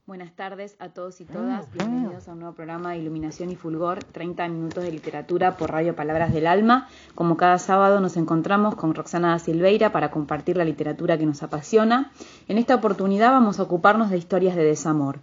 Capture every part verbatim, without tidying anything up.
Buenas tardes a todos y todas, bienvenidos a un nuevo programa de Iluminación y Fulgor, treinta minutos de literatura por Radio Palabras del Alma. Como cada sábado nos encontramos con Roxana da Silveira para compartir la literatura que nos apasiona. En esta oportunidad vamos a ocuparnos de historias de desamor.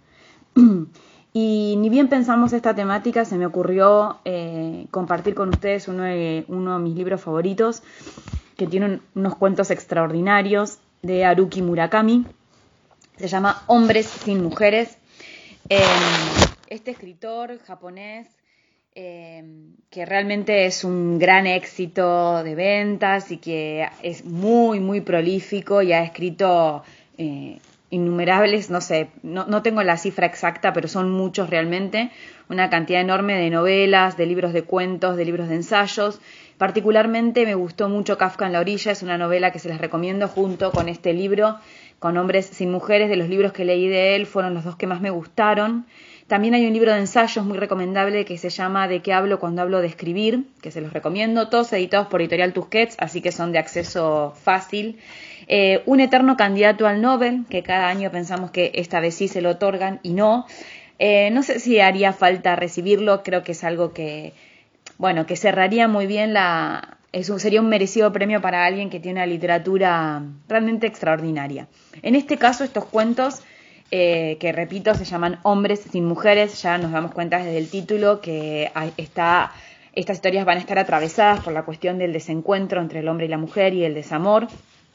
Y ni bien pensamos esta temática, se me ocurrió eh, compartir con ustedes uno de, uno de mis libros favoritos, que tiene unos cuentos extraordinarios, de Haruki Murakami. Se llama Hombres sin mujeres. Eh, este escritor japonés, eh, que realmente es un gran éxito de ventas y que es muy, muy prolífico y ha escrito eh, innumerables, no sé, no, no tengo la cifra exacta, pero son muchos realmente, una cantidad enorme de novelas, de libros de cuentos, de libros de ensayos. Particularmente me gustó mucho Kafka en la orilla, es una novela que se les recomiendo junto con este libro, con Hombres sin mujeres. De los libros que leí de él fueron los dos que más me gustaron. También hay un libro de ensayos muy recomendable que se llama ¿De qué hablo cuando hablo de escribir?, que se los recomiendo, todos editados por Editorial Tusquets, así que son de acceso fácil. Eh, un eterno candidato al Nobel, que cada año pensamos que esta vez sí se lo otorgan y no. Eh, no sé si haría falta recibirlo, creo que es algo que, bueno, que cerraría muy bien la... Es un, sería un merecido premio para alguien que tiene una literatura realmente extraordinaria. En este caso, estos cuentos, eh, que repito, se llaman Hombres sin mujeres, ya nos damos cuenta desde el título que hay, está, estas historias van a estar atravesadas por la cuestión del desencuentro entre el hombre y la mujer y el desamor.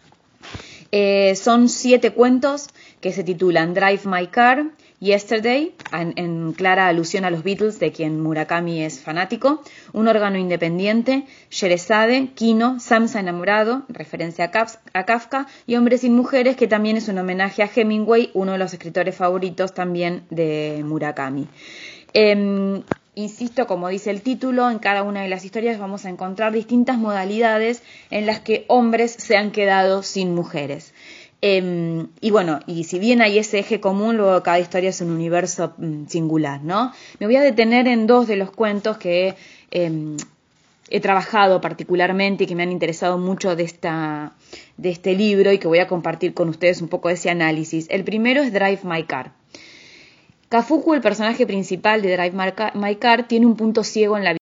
Eh, son siete cuentos que se titulan Drive My Car, Yesterday, en, en clara alusión a los Beatles, de quien Murakami es fanático, Un órgano independiente, Sherezade, Kino, Samsa enamorado, referencia a, Kaf, a Kafka, y Hombres sin mujeres, que también es un homenaje a Hemingway, uno de los escritores favoritos también de Murakami. Eh, Insisto, como dice el título, en cada una de las historias vamos a encontrar distintas modalidades en las que hombres se han quedado sin mujeres. Eh, y bueno, y si bien hay ese eje común, luego cada historia es un universo mm, singular, ¿no? Me voy a detener en dos de los cuentos que eh, he trabajado particularmente y que me han interesado mucho de, esta, de este libro y que voy a compartir con ustedes un poco de ese análisis. El primero es Drive My Car. Kafuku, el personaje principal de Drive My Car, tiene un punto ciego en la vida.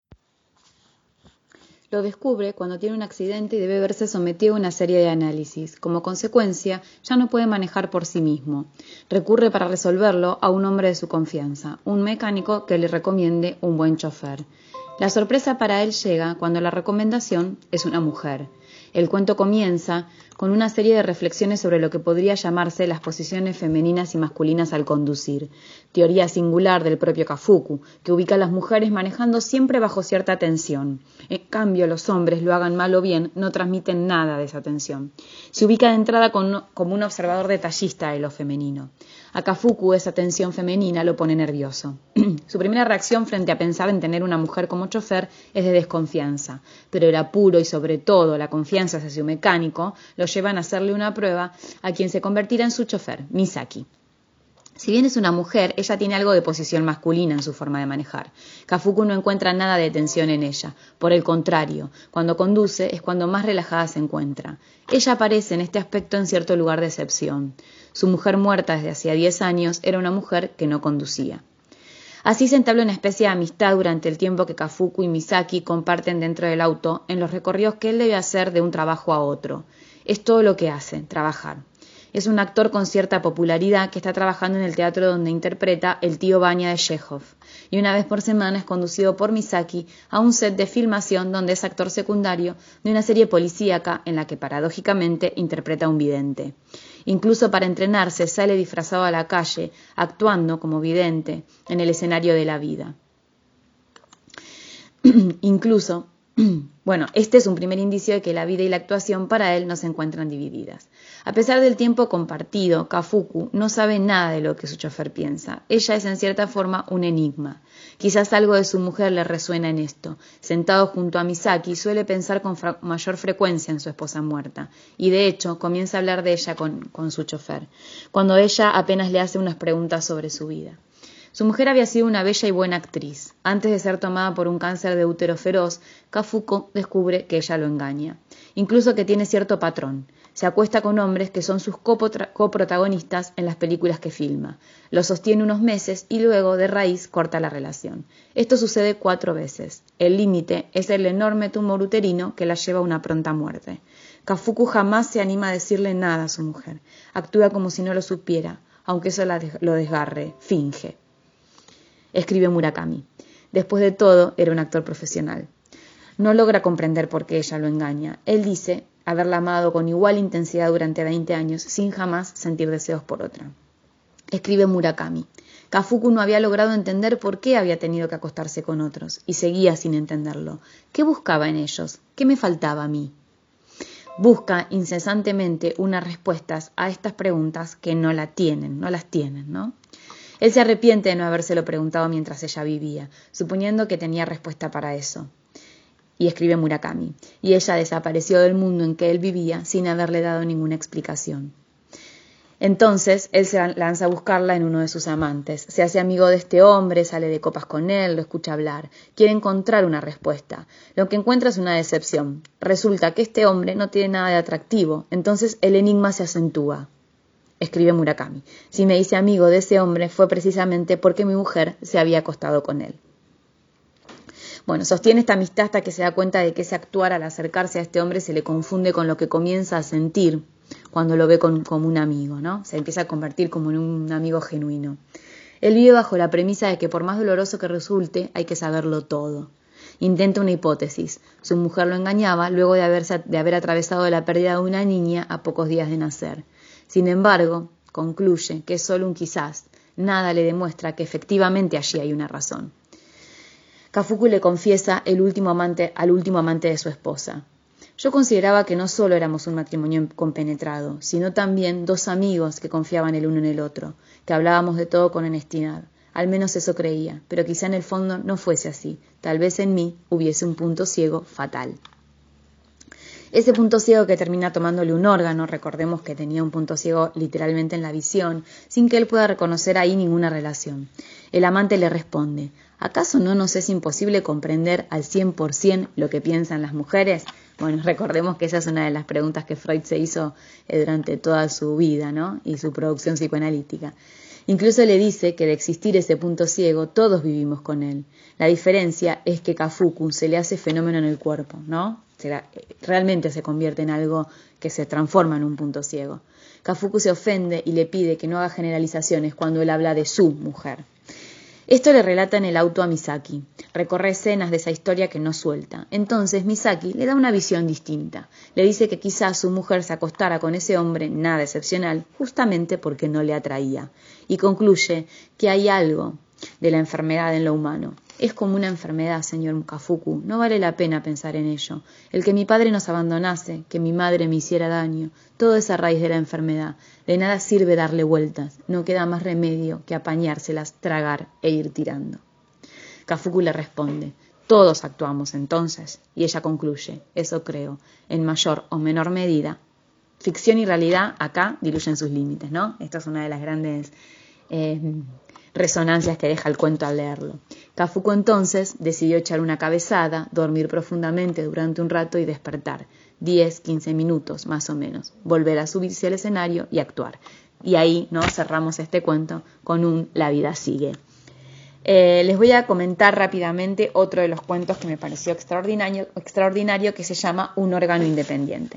Lo descubre cuando tiene un accidente y debe verse sometido a una serie de análisis. Como consecuencia, ya no puede manejar por sí mismo. Recurre para resolverlo a un hombre de su confianza, un mecánico que le recomiende un buen chofer. La sorpresa para él llega cuando la recomendación es una mujer. El cuento comienza con una serie de reflexiones sobre lo que podría llamarse las posiciones femeninas y masculinas al conducir, teoría singular del propio Kafuku, que ubica a las mujeres manejando siempre bajo cierta tensión. En cambio, los hombres, lo hagan mal o bien, no transmiten nada de esa tensión. Se ubica de entrada con, como un observador detallista de lo femenino. A Kafuku esa tensión femenina lo pone nervioso. Su primera reacción frente a pensar en tener una mujer como chofer es de desconfianza, pero el apuro y sobre todo la confianza hacia su mecánico lo llevan a hacerle una prueba a quien se convertirá en su chofer, Misaki. Si bien es una mujer, ella tiene algo de posición masculina en su forma de manejar. Kafuku no encuentra nada de tensión en ella. Por el contrario, cuando conduce es cuando más relajada se encuentra. Ella aparece en este aspecto en cierto lugar de excepción. Su mujer muerta desde hacía diez años era una mujer que no conducía. Así se entabla una especie de amistad durante el tiempo que Kafuku y Misaki comparten dentro del auto en los recorridos que él debe hacer de un trabajo a otro. Es todo lo que hace, trabajar. Es un actor con cierta popularidad que está trabajando en el teatro donde interpreta El tío Vanya de Chekhov, y una vez por semana es conducido por Misaki a un set de filmación donde es actor secundario de una serie policíaca en la que paradójicamente interpreta a un vidente. Incluso para entrenarse sale disfrazado a la calle, actuando como vidente en el escenario de la vida. Incluso, bueno, este es un primer indicio de que la vida y la actuación para él no se encuentran divididas. A pesar del tiempo compartido, Kafuku no sabe nada de lo que su chofer piensa. Ella es en cierta forma un enigma. Quizás algo de su mujer le resuena en esto. Sentado junto a Misaki, suele pensar con fra- mayor frecuencia en su esposa muerta, y de hecho comienza a hablar de ella con, con su chofer, cuando ella apenas le hace unas preguntas sobre su vida. Su mujer había sido una bella y buena actriz. Antes de ser tomada por un cáncer de útero feroz, Kafuku descubre que ella lo engaña. incluso que tiene cierto patrón. Se acuesta con hombres que son sus coprotagonistas en las películas que filma. Los sostiene unos meses y luego, de raíz, corta la relación. Esto sucede cuatro veces. El límite es el enorme tumor uterino que la lleva a una pronta muerte. Kafuku jamás se anima a decirle nada a su mujer. Actúa como si no lo supiera, aunque eso la des- lo desgarre. Finge. Escribe Murakami. Después de todo, era un actor profesional. No logra comprender por qué ella lo engaña. Él dice haberla amado con igual intensidad durante veinte años, sin jamás sentir deseos por otra. Escribe Murakami. Kafuku no había logrado entender por qué había tenido que acostarse con otros, y seguía sin entenderlo. ¿Qué buscaba en ellos? ¿Qué me faltaba a mí? Busca incesantemente unas respuestas a estas preguntas que no la tienen, no las tienen, ¿no? Él se arrepiente de no habérselo preguntado mientras ella vivía, suponiendo que tenía respuesta para eso. Y escribe Murakami, y ella desapareció del mundo en que él vivía sin haberle dado ninguna explicación. Entonces, él se lanza a buscarla en uno de sus amantes, se hace amigo de este hombre, sale de copas con él, lo escucha hablar, quiere encontrar una respuesta. Lo que encuentra es una decepción. Resulta que este hombre no tiene nada de atractivo, entonces el enigma se acentúa. Escribe Murakami, si me hice amigo de ese hombre fue precisamente porque mi mujer se había acostado con él. Bueno, sostiene esta amistad hasta que se da cuenta de que ese actuar al acercarse a este hombre se le confunde con lo que comienza a sentir cuando lo ve con, como un amigo, ¿no? Se empieza a convertir como en un amigo genuino. Él vive bajo la premisa de que por más doloroso que resulte, hay que saberlo todo. Intenta una hipótesis. Su mujer lo engañaba luego de, haberse, de haber atravesado la pérdida de una niña a pocos días de nacer. Sin embargo, concluye que es solo un quizás. Nada le demuestra que efectivamente allí hay una razón. Kafuku le confiesa el último amante, al último amante de su esposa. Yo consideraba que no solo éramos un matrimonio compenetrado, sino también dos amigos que confiaban el uno en el otro, que hablábamos de todo con honestidad. Al menos eso creía, pero quizá en el fondo no fuese así. Tal vez en mí hubiese un punto ciego fatal. Ese punto ciego que termina tomándole un órgano, recordemos que tenía un punto ciego literalmente en la visión, sin que él pueda reconocer ahí ninguna relación. El amante le responde, ¿acaso no nos es imposible comprender al cien por ciento lo que piensan las mujeres? Bueno, recordemos que esa es una de las preguntas que Freud se hizo durante toda su vida, ¿no? Y su producción psicoanalítica. Incluso le dice que de existir ese punto ciego, todos vivimos con él. La diferencia es que Kafuku se le hace fenómeno en el cuerpo, ¿no? Realmente se convierte en algo que se transforma en un punto ciego. Kafuku se ofende y le pide que no haga generalizaciones cuando él habla de su mujer. Esto le relata en el auto a Misaki. Recorre escenas de esa historia que no suelta. Entonces Misaki le da una visión distinta. Le dice que quizás su mujer se acostara con ese hombre, nada excepcional, justamente porque no le atraía. Y concluye que hay algo de la enfermedad en lo humano. Es como una enfermedad, señor Kafuku. No vale la pena pensar en ello. El que mi padre nos abandonase, que mi madre me hiciera daño, todo es a raíz de la enfermedad. De nada sirve darle vueltas. No queda más remedio que apañárselas, tragar e ir tirando. Kafuku le responde, todos actuamos entonces. Y ella concluye, eso creo, en mayor o menor medida. Ficción y realidad acá diluyen sus límites, ¿no? Esta es una de las grandes eh, resonancias que deja el cuento al leerlo. Kafuku entonces decidió echar una cabezada, dormir profundamente durante un rato y despertar. diez, quince minutos más o menos. Volver a subirse al escenario y actuar. Y ahí, ¿no? Cerramos este cuento con un La vida sigue. Eh, les voy a comentar rápidamente otro de los cuentos que me pareció extraordinario, extraordinario que se llama Un órgano independiente.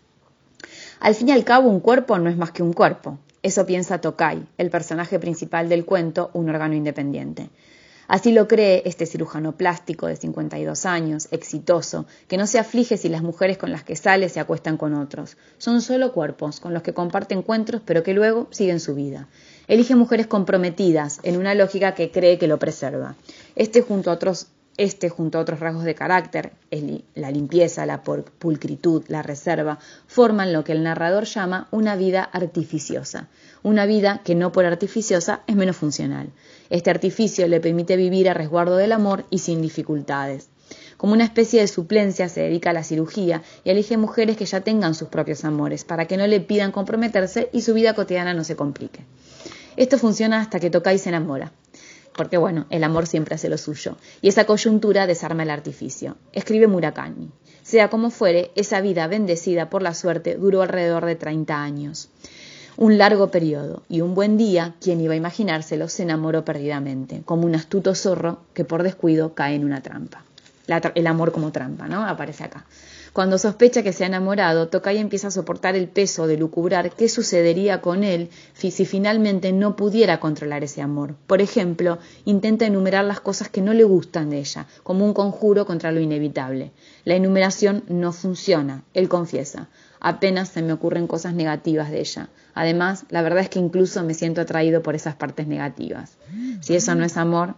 Al fin y al cabo, un cuerpo no es más que un cuerpo. Eso piensa Tokai, el personaje principal del cuento Un órgano independiente. Así lo cree este cirujano plástico de cincuenta y dos años, exitoso, que no se aflige si las mujeres con las que sale se acuestan con otros. Son solo cuerpos, con los que comparte encuentros, pero que luego siguen su vida. Elige mujeres comprometidas, en una lógica que cree que lo preserva. Este junto a otros, este, junto a otros rasgos de carácter, la limpieza, la pulcritud, la reserva, forman lo que el narrador llama una vida artificiosa. Una vida que no por artificiosa es menos funcional. Este artificio le permite vivir a resguardo del amor y sin dificultades. Como una especie de suplencia se dedica a la cirugía y elige mujeres que ya tengan sus propios amores para que no le pidan comprometerse y su vida cotidiana no se complique. Esto funciona hasta que Tokai se enamora. Porque bueno, el amor siempre hace lo suyo. Y esa coyuntura desarma el artificio. Escribe Murakami. Sea como fuere, esa vida bendecida por la suerte duró alrededor de treinta años. Un largo periodo, y un buen día, quien iba a imaginárselo, se enamoró perdidamente, como un astuto zorro que por descuido cae en una trampa. La tra- el amor como trampa, ¿no? Aparece acá. Cuando sospecha que se ha enamorado, Tokay empieza a soportar el peso de lucubrar qué sucedería con él si finalmente no pudiera controlar ese amor. Por ejemplo, intenta enumerar las cosas que no le gustan de ella, como un conjuro contra lo inevitable. La enumeración no funciona, él confiesa. Apenas se me ocurren cosas negativas de ella. Además, la verdad es que incluso me siento atraído por esas partes negativas. Si eso no es amor...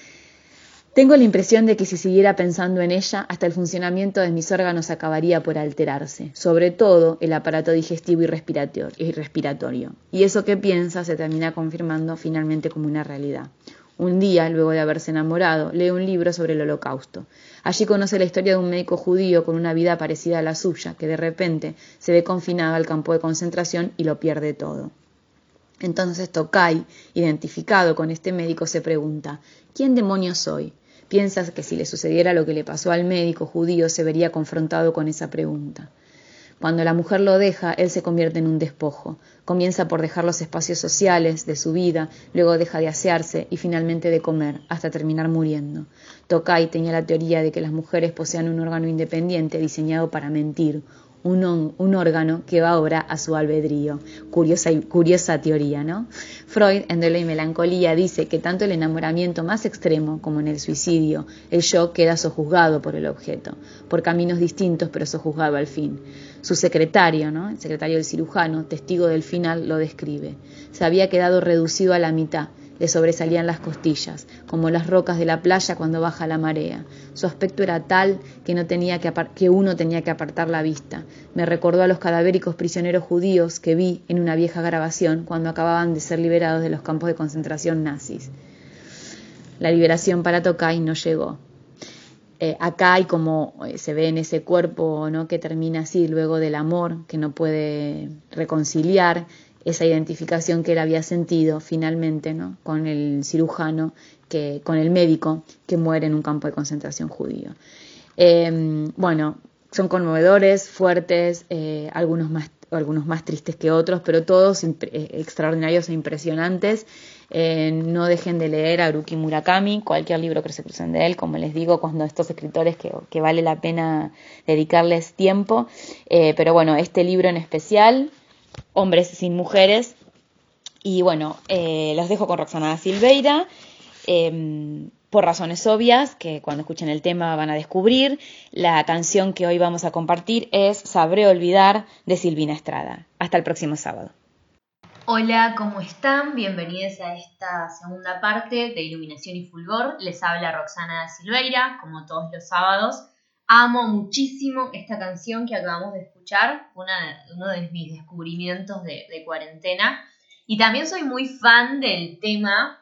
Tengo la impresión de que si siguiera pensando en ella, hasta el funcionamiento de mis órganos acabaría por alterarse, sobre todo el aparato digestivo y respiratorio. Y eso que piensa se termina confirmando finalmente como una realidad. Un día, luego de haberse enamorado, lee un libro sobre el Holocausto. Allí conoce la historia de un médico judío con una vida parecida a la suya, que de repente se ve confinado al campo de concentración y lo pierde todo. Entonces Tokay, identificado con este médico, se pregunta: ¿quién demonios soy? Piensa que si le sucediera lo que le pasó al médico judío, se vería confrontado con esa pregunta. Cuando la mujer lo deja, él se convierte en un despojo. Comienza por dejar los espacios sociales de su vida, luego deja de asearse y finalmente de comer, hasta terminar muriendo. Tokay tenía la teoría de que las mujeres poseen un órgano independiente diseñado para mentir, un, on, un órgano que va ahora a su albedrío. Curiosa, curiosa teoría, ¿no? Freud, en Duelo y Melancolía, dice que tanto el enamoramiento más extremo como en el suicidio, el yo queda sojuzgado por el objeto, por caminos distintos pero sojuzgado al fin. Su secretario, ¿no? El secretario del cirujano, testigo del final, lo describe. Se había quedado reducido a la mitad. Le sobresalían las costillas, como las rocas de la playa cuando baja la marea. Su aspecto era tal que, no tenía que, que uno tenía que apartar la vista. Me recordó a los cadavéricos prisioneros judíos que vi en una vieja grabación cuando acababan de ser liberados de los campos de concentración nazis. La liberación para Tokay no llegó. Eh, acá hay como eh, se ve en ese cuerpo, ¿no?, que termina así luego del amor, que no puede reconciliar esa identificación que él había sentido finalmente, ¿no?, con el cirujano, que, con el médico que muere en un campo de concentración judío. Eh, bueno, son conmovedores, fuertes, eh, algunos más algunos más tristes que otros, pero todos impre- extraordinarios e impresionantes. Eh, no dejen de leer a Haruki Murakami, cualquier libro que se crucen de él, como les digo, cuando estos escritores que, que vale la pena dedicarles tiempo. Eh, pero bueno, este libro en especial, Hombres sin mujeres. Y bueno, eh, los dejo con Roxana da Silveira. Eh, por razones obvias, que cuando escuchen el tema van a descubrir. La canción que hoy vamos a compartir es Sabré olvidar, de Silvina Estrada. Hasta el próximo sábado. Hola, ¿cómo están? Bienvenidos a esta segunda parte de Iluminación y Fulgor. Les habla Roxana da Silveira, como todos los sábados. Amo muchísimo esta canción que acabamos de escuchar, una, uno de mis descubrimientos de, de cuarentena. Y también soy muy fan del tema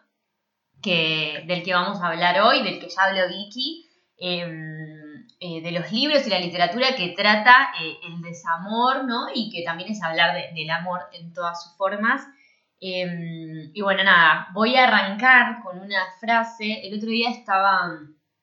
que, del que vamos a hablar hoy, del que ya habló Vicky, eh, eh, de los libros y la literatura que trata eh, el desamor, ¿no? Y que también es hablar de, del amor en todas sus formas. Eh, y bueno, nada, voy a arrancar con una frase. El otro día estaba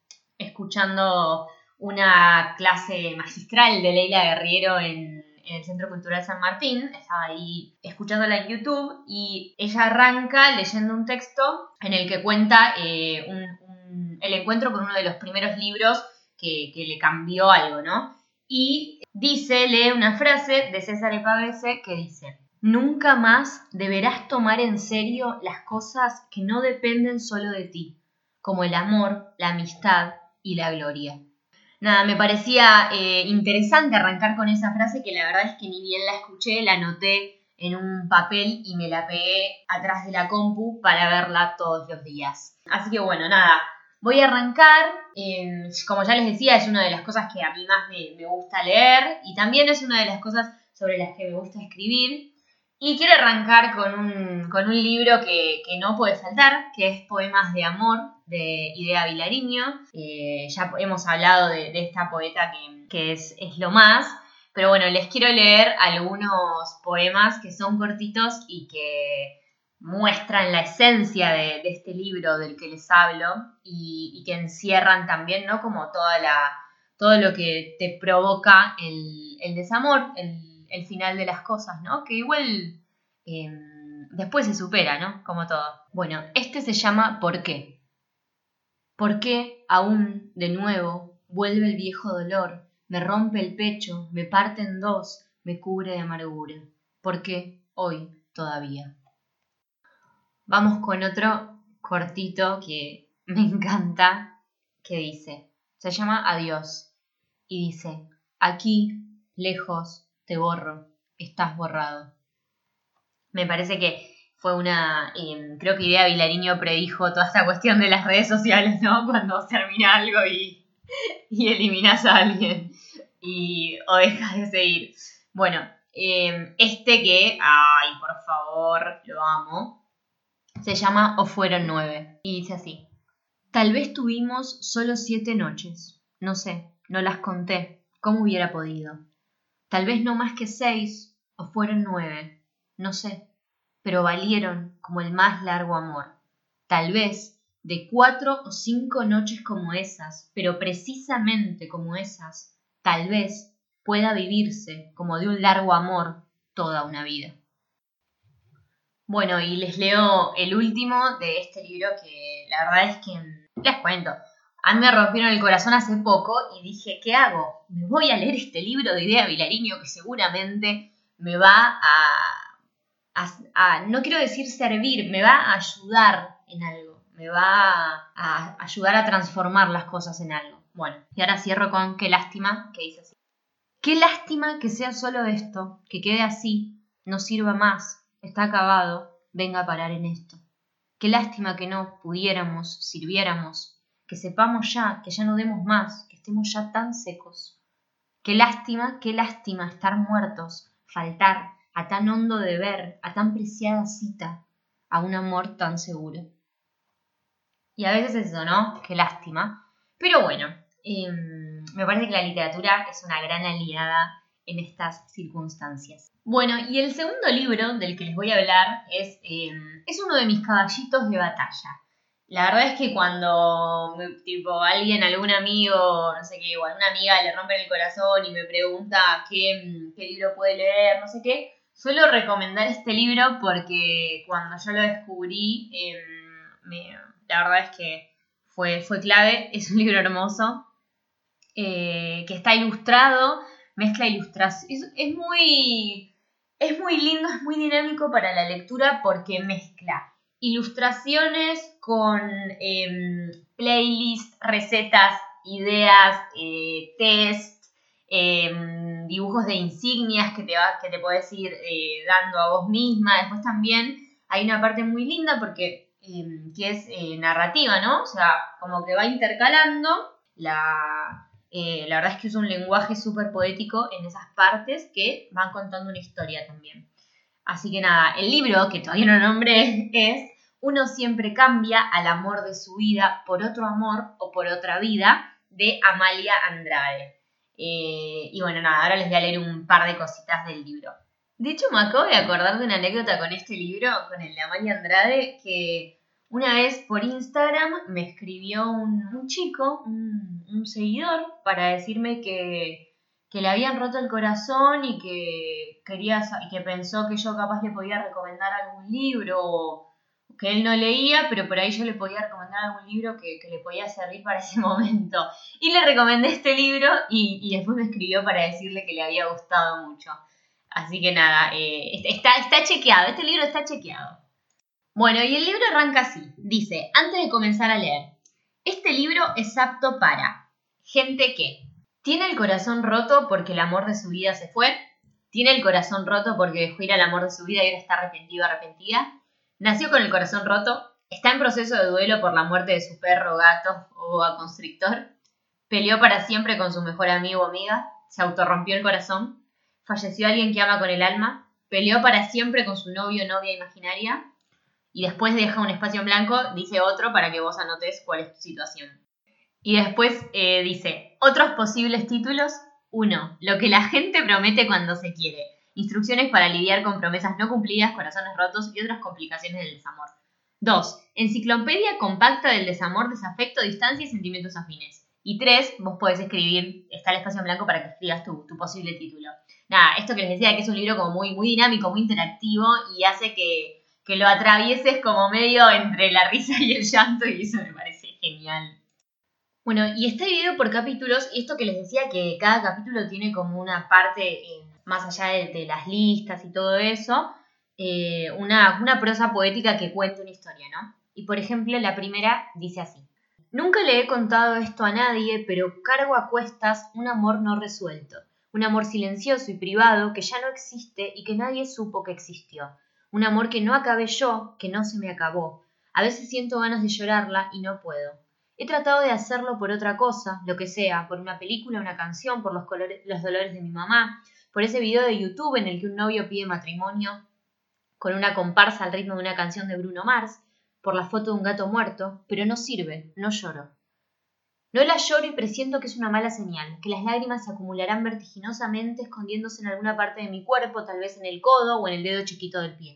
escuchando una clase magistral de Leila Guerriero en, en el Centro Cultural San Martín. Estaba ahí escuchándola en YouTube y ella arranca leyendo un texto en el que cuenta eh, un, un, el encuentro con uno de los primeros libros que, que le cambió algo, ¿no? Y dice, lee una frase de César Pavese que dice: nunca más deberás tomar en serio las cosas que no dependen solo de ti, como el amor, la amistad y la gloria. Nada, me parecía eh, interesante arrancar con esa frase que la verdad es que ni bien la escuché, la anoté en un papel y me la pegué atrás de la compu para verla todos los días. Así que bueno, nada, voy a arrancar. Eh, como ya les decía, es una de las cosas que a mí más me, me gusta leer y también es una de las cosas sobre las que me gusta escribir. Y quiero arrancar con un, con un libro que, que no puede faltar, que es Poemas de Amor, de Idea Vilariño. Eh, ya hemos hablado de, de esta poeta que, que es, es lo más, pero bueno, les quiero leer algunos poemas que son cortitos y que muestran la esencia de, de este libro del que les hablo y, y que encierran también, ¿no?, como toda la, todo lo que te provoca el, el desamor, el, el final de las cosas, ¿no? Que igual eh, después se supera, ¿no? Como todo. Bueno, este se llama ¿Por qué? ¿Por qué aún de nuevo vuelve el viejo dolor? Me rompe el pecho, me parte en dos, me cubre de amargura. ¿Por qué hoy todavía? Vamos con otro cortito que me encanta, que dice, se llama Adiós. Y dice, aquí, lejos, te borro, estás borrado. Me parece que fue una, eh, creo que Idea Vilariño predijo toda esta cuestión de las redes sociales, ¿no? Cuando termina algo y, y eliminas a alguien y, o dejas de seguir. Bueno, eh, este que, ay, por favor, lo amo, se llama O fueron nueve y dice así. Tal vez tuvimos solo siete noches, no sé, no las conté. ¿Cómo hubiera podido? Tal vez no más que seis, o fueron nueve, no sé, pero valieron como el más largo amor. Tal vez de cuatro o cinco noches como esas, pero precisamente como esas, tal vez pueda vivirse como de un largo amor toda una vida. Bueno, y les leo el último de este libro que la verdad es que les cuento. A mí me rompieron el corazón hace poco y dije, ¿qué hago? Me voy a leer este libro de Idea Vilariño que seguramente me va a, a, a, no quiero decir servir, me va a ayudar en algo. Me va a, a ayudar a transformar las cosas en algo. Bueno, y ahora cierro con Qué lástima, que dice así. Qué lástima que sea solo esto, que quede así, no sirva más, está acabado, venga a parar en esto. Qué lástima que no pudiéramos, sirviéramos, que sepamos ya, que ya no demos más, que estemos ya tan secos. Qué lástima, qué lástima estar muertos, faltar a tan hondo deber, a tan preciada cita, a un amor tan seguro. Y a veces eso, ¿no? Qué lástima. Pero bueno, eh, me parece que la literatura es una gran aliada en estas circunstancias. Bueno, y el segundo libro del que les voy a hablar es, eh, es uno de mis caballitos de batalla. La verdad es que cuando tipo alguien, algún amigo, no sé qué, o alguna amiga le rompe el corazón y me pregunta qué, qué libro puede leer, no sé qué, suelo recomendar este libro porque cuando yo lo descubrí, eh, me, la verdad es que fue, fue clave. Es un libro hermoso, eh, que está ilustrado, mezcla ilustración, es, es muy, es muy lindo, es muy dinámico para la lectura porque mezcla ilustraciones con eh, playlists, recetas, ideas, eh, test, eh, dibujos de insignias que te, va, que te podés ir eh, dando a vos misma. Después también hay una parte muy linda porque eh, que es eh, narrativa, ¿no? O sea, como que va intercalando. La, eh, la verdad es que es un lenguaje súper poético en esas partes que van contando una historia también. Así que nada, el libro, que todavía no nombré, es Uno siempre cambia al amor de su vida por otro amor o por otra vida, de Amalia Andrade. Eh, y bueno, nada, ahora les voy a leer un par de cositas del libro. De hecho, me acabo de acordar de una anécdota con este libro, con el de Amalia Andrade, que una vez por Instagram me escribió un, un chico, un, un seguidor, para decirme que... que le habían roto el corazón y que quería y que pensó que yo capaz le podía recomendar algún libro o que él no leía, pero por ahí yo le podía recomendar algún libro que, que le podía servir para ese momento. Y le recomendé este libro y, y después me escribió para decirle que le había gustado mucho. Así que nada, eh, está, está chequeado, este libro está chequeado. Bueno, y el libro arranca así. Dice, antes de comenzar a leer, este libro es apto para gente que tiene el corazón roto porque el amor de su vida se fue, tiene el corazón roto porque dejó ir al amor de su vida y ahora está arrepentido o arrepentida, nació con el corazón roto, está en proceso de duelo por la muerte de su perro, gato o boa constrictor, peleó para siempre con su mejor amigo o amiga, se autorrompió el corazón, falleció alguien que ama con el alma, peleó para siempre con su novio o novia imaginaria y después deja un espacio en blanco, dice otro para que vos anotes cuál es tu situación. Y después eh, dice, otros posibles títulos. uno. Lo que la gente promete cuando se quiere. Instrucciones para lidiar con promesas no cumplidas, corazones rotos y otras complicaciones del desamor. dos. Enciclopedia compacta del desamor, desafecto, distancia y sentimientos afines. Y tres, vos podés escribir, está el espacio en blanco para que escribas tu, tu posible título. Nada, esto que les decía, que es un libro como muy, muy dinámico, muy interactivo y hace que, que lo atravieses como medio entre la risa y el llanto y eso me parece genial. Bueno, y está dividido por capítulos y esto que les decía que cada capítulo tiene como una parte, eh, más allá de, de las listas y todo eso, eh, una, una prosa poética que cuenta una historia, ¿no? Y por ejemplo, la primera dice así. Nunca le he contado esto a nadie, pero cargo a cuestas un amor no resuelto, un amor silencioso y privado que ya no existe y que nadie supo que existió, un amor que no acabé yo, que no se me acabó. A veces siento ganas de llorarla y no puedo. He tratado de hacerlo por otra cosa, lo que sea, por una película, una canción, por los, colores, los dolores de mi mamá, por ese video de YouTube en el que un novio pide matrimonio con una comparsa al ritmo de una canción de Bruno Mars, por la foto de un gato muerto, pero no sirve, no lloro. No la lloro y presiento que es una mala señal, que las lágrimas se acumularán vertiginosamente escondiéndose en alguna parte de mi cuerpo, tal vez en el codo o en el dedo chiquito del pie.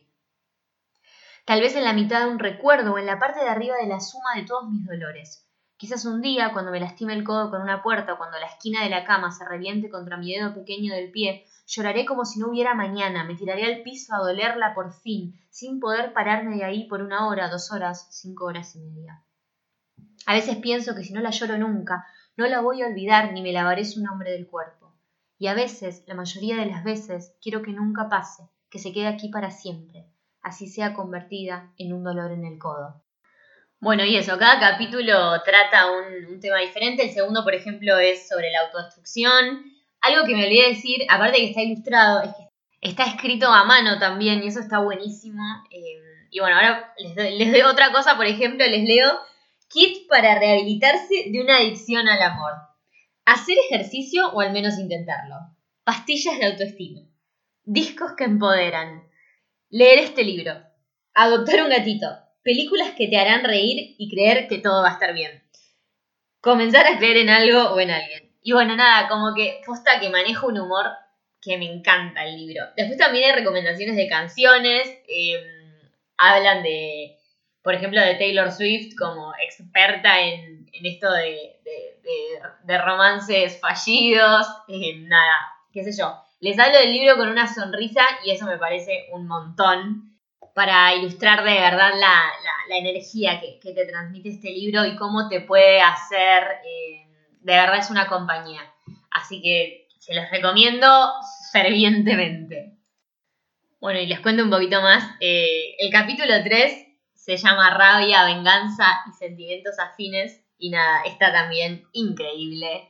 Tal vez en la mitad de un recuerdo o en la parte de arriba de la suma de todos mis dolores. Quizás un día, cuando me lastime el codo con una puerta o cuando la esquina de la cama se reviente contra mi dedo pequeño del pie, lloraré como si no hubiera mañana, me tiraré al piso a dolerla por fin, sin poder pararme de ahí por una hora, dos horas, cinco horas y media. A veces pienso que si no la lloro nunca, no la voy a olvidar ni me lavaré su nombre del cuerpo. Y a veces, la mayoría de las veces, quiero que nunca pase, que se quede aquí para siempre, así sea convertida en un dolor en el codo. Bueno, y eso, cada capítulo trata un, un tema diferente. El segundo, por ejemplo, es sobre la autodestrucción. Algo que me olvidé decir, aparte de que está ilustrado, es que está escrito a mano también y eso está buenísimo. Eh, y bueno, ahora les doy, les doy otra cosa, por ejemplo, les leo Kit para rehabilitarse de una adicción al amor. Hacer ejercicio o al menos intentarlo. Pastillas de autoestima. Discos que empoderan. Leer este libro. Adoptar un gatito. Películas que te harán reír y creer que todo va a estar bien. Comenzar a creer en algo o en alguien. Y bueno, nada, como que posta que manejo un humor que me encanta el libro. Después también hay recomendaciones de canciones. Eh, hablan de, por ejemplo, de Taylor Swift como experta en, en esto de, de, de, de romances fallidos. Eh, nada, qué sé yo. Les hablo del libro con una sonrisa y eso me parece un montón para ilustrar de verdad la, la, la energía que, que te transmite este libro y cómo te puede hacer, eh, de verdad es una compañía. Así que se los recomiendo fervientemente. Bueno, y les cuento un poquito más. Eh, el capítulo tres se llama Rabia, Venganza y Sentimientos Afines. Y nada, está también increíble.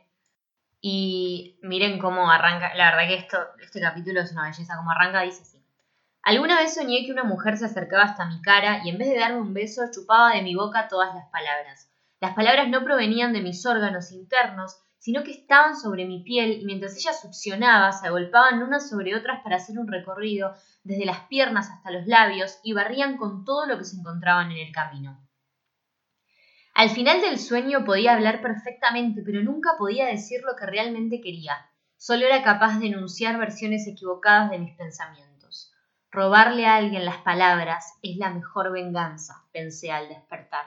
Y miren cómo arranca. La verdad que esto, este capítulo es una belleza. Como arranca dice así. Alguna vez soñé que una mujer se acercaba hasta mi cara y en vez de darme un beso chupaba de mi boca todas las palabras. Las palabras no provenían de mis órganos internos, sino que estaban sobre mi piel y mientras ella succionaba se agolpaban unas sobre otras para hacer un recorrido desde las piernas hasta los labios y barrían con todo lo que se encontraban en el camino. Al final del sueño podía hablar perfectamente, pero nunca podía decir lo que realmente quería. Solo era capaz de enunciar versiones equivocadas de mis pensamientos. Robarle a alguien las palabras es la mejor venganza, pensé al despertar.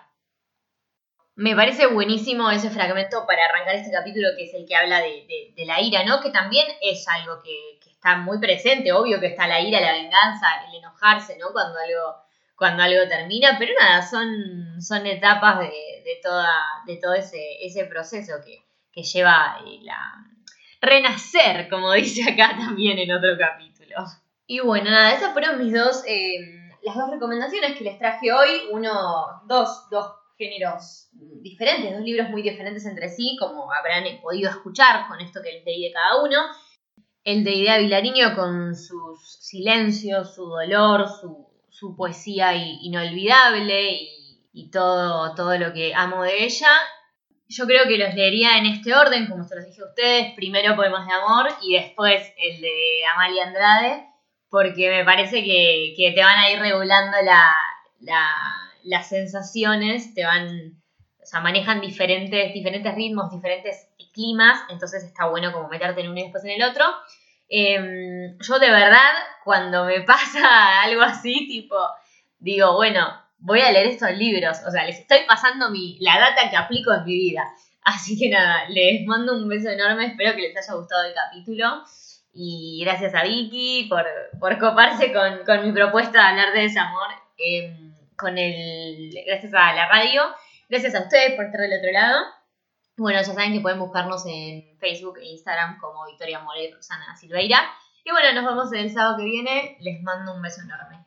Me parece buenísimo ese fragmento para arrancar este capítulo que es el que habla de, de, de la ira, ¿no? Que también es algo que, que está muy presente, obvio que está la ira, la venganza, el enojarse, ¿no? Cuando algo, cuando algo termina, pero nada, son, son etapas de, de, toda, de todo ese, ese proceso que, que lleva la renacer, como dice acá también en otro capítulo. Y bueno, nada, esas fueron mis dos, eh, las dos recomendaciones que les traje hoy. Uno, dos, dos géneros diferentes, dos libros muy diferentes entre sí, como habrán podido escuchar con esto que les leí de cada uno. El de Idea Vilariño con sus silencios, su dolor, su, su poesía inolvidable y, y todo, todo lo que amo de ella. Yo creo que los leería en este orden, como se los dije a ustedes. Primero Poemas de Amor y después el de Amalia Andrade, porque me parece que, que te van a ir regulando la, la, las sensaciones, te van, o sea, manejan diferentes, diferentes ritmos, diferentes climas, entonces está bueno como meterte en uno y después en el otro. Eh, yo de verdad, cuando me pasa algo así, tipo, digo, bueno, voy a leer estos libros, o sea, les estoy pasando mi, la data que aplico en mi vida. Así que nada, les mando un beso enorme, espero que les haya gustado el capítulo. Y gracias a Vicky por, por coparse con, con mi propuesta de hablar de desamor. Eh, con el, gracias a la radio. Gracias a ustedes por estar del otro lado. Bueno, ya saben que pueden buscarnos en Facebook e Instagram como Victoria More y Roxana Silveira. Y bueno, nos vemos el sábado que viene. Les mando un beso enorme.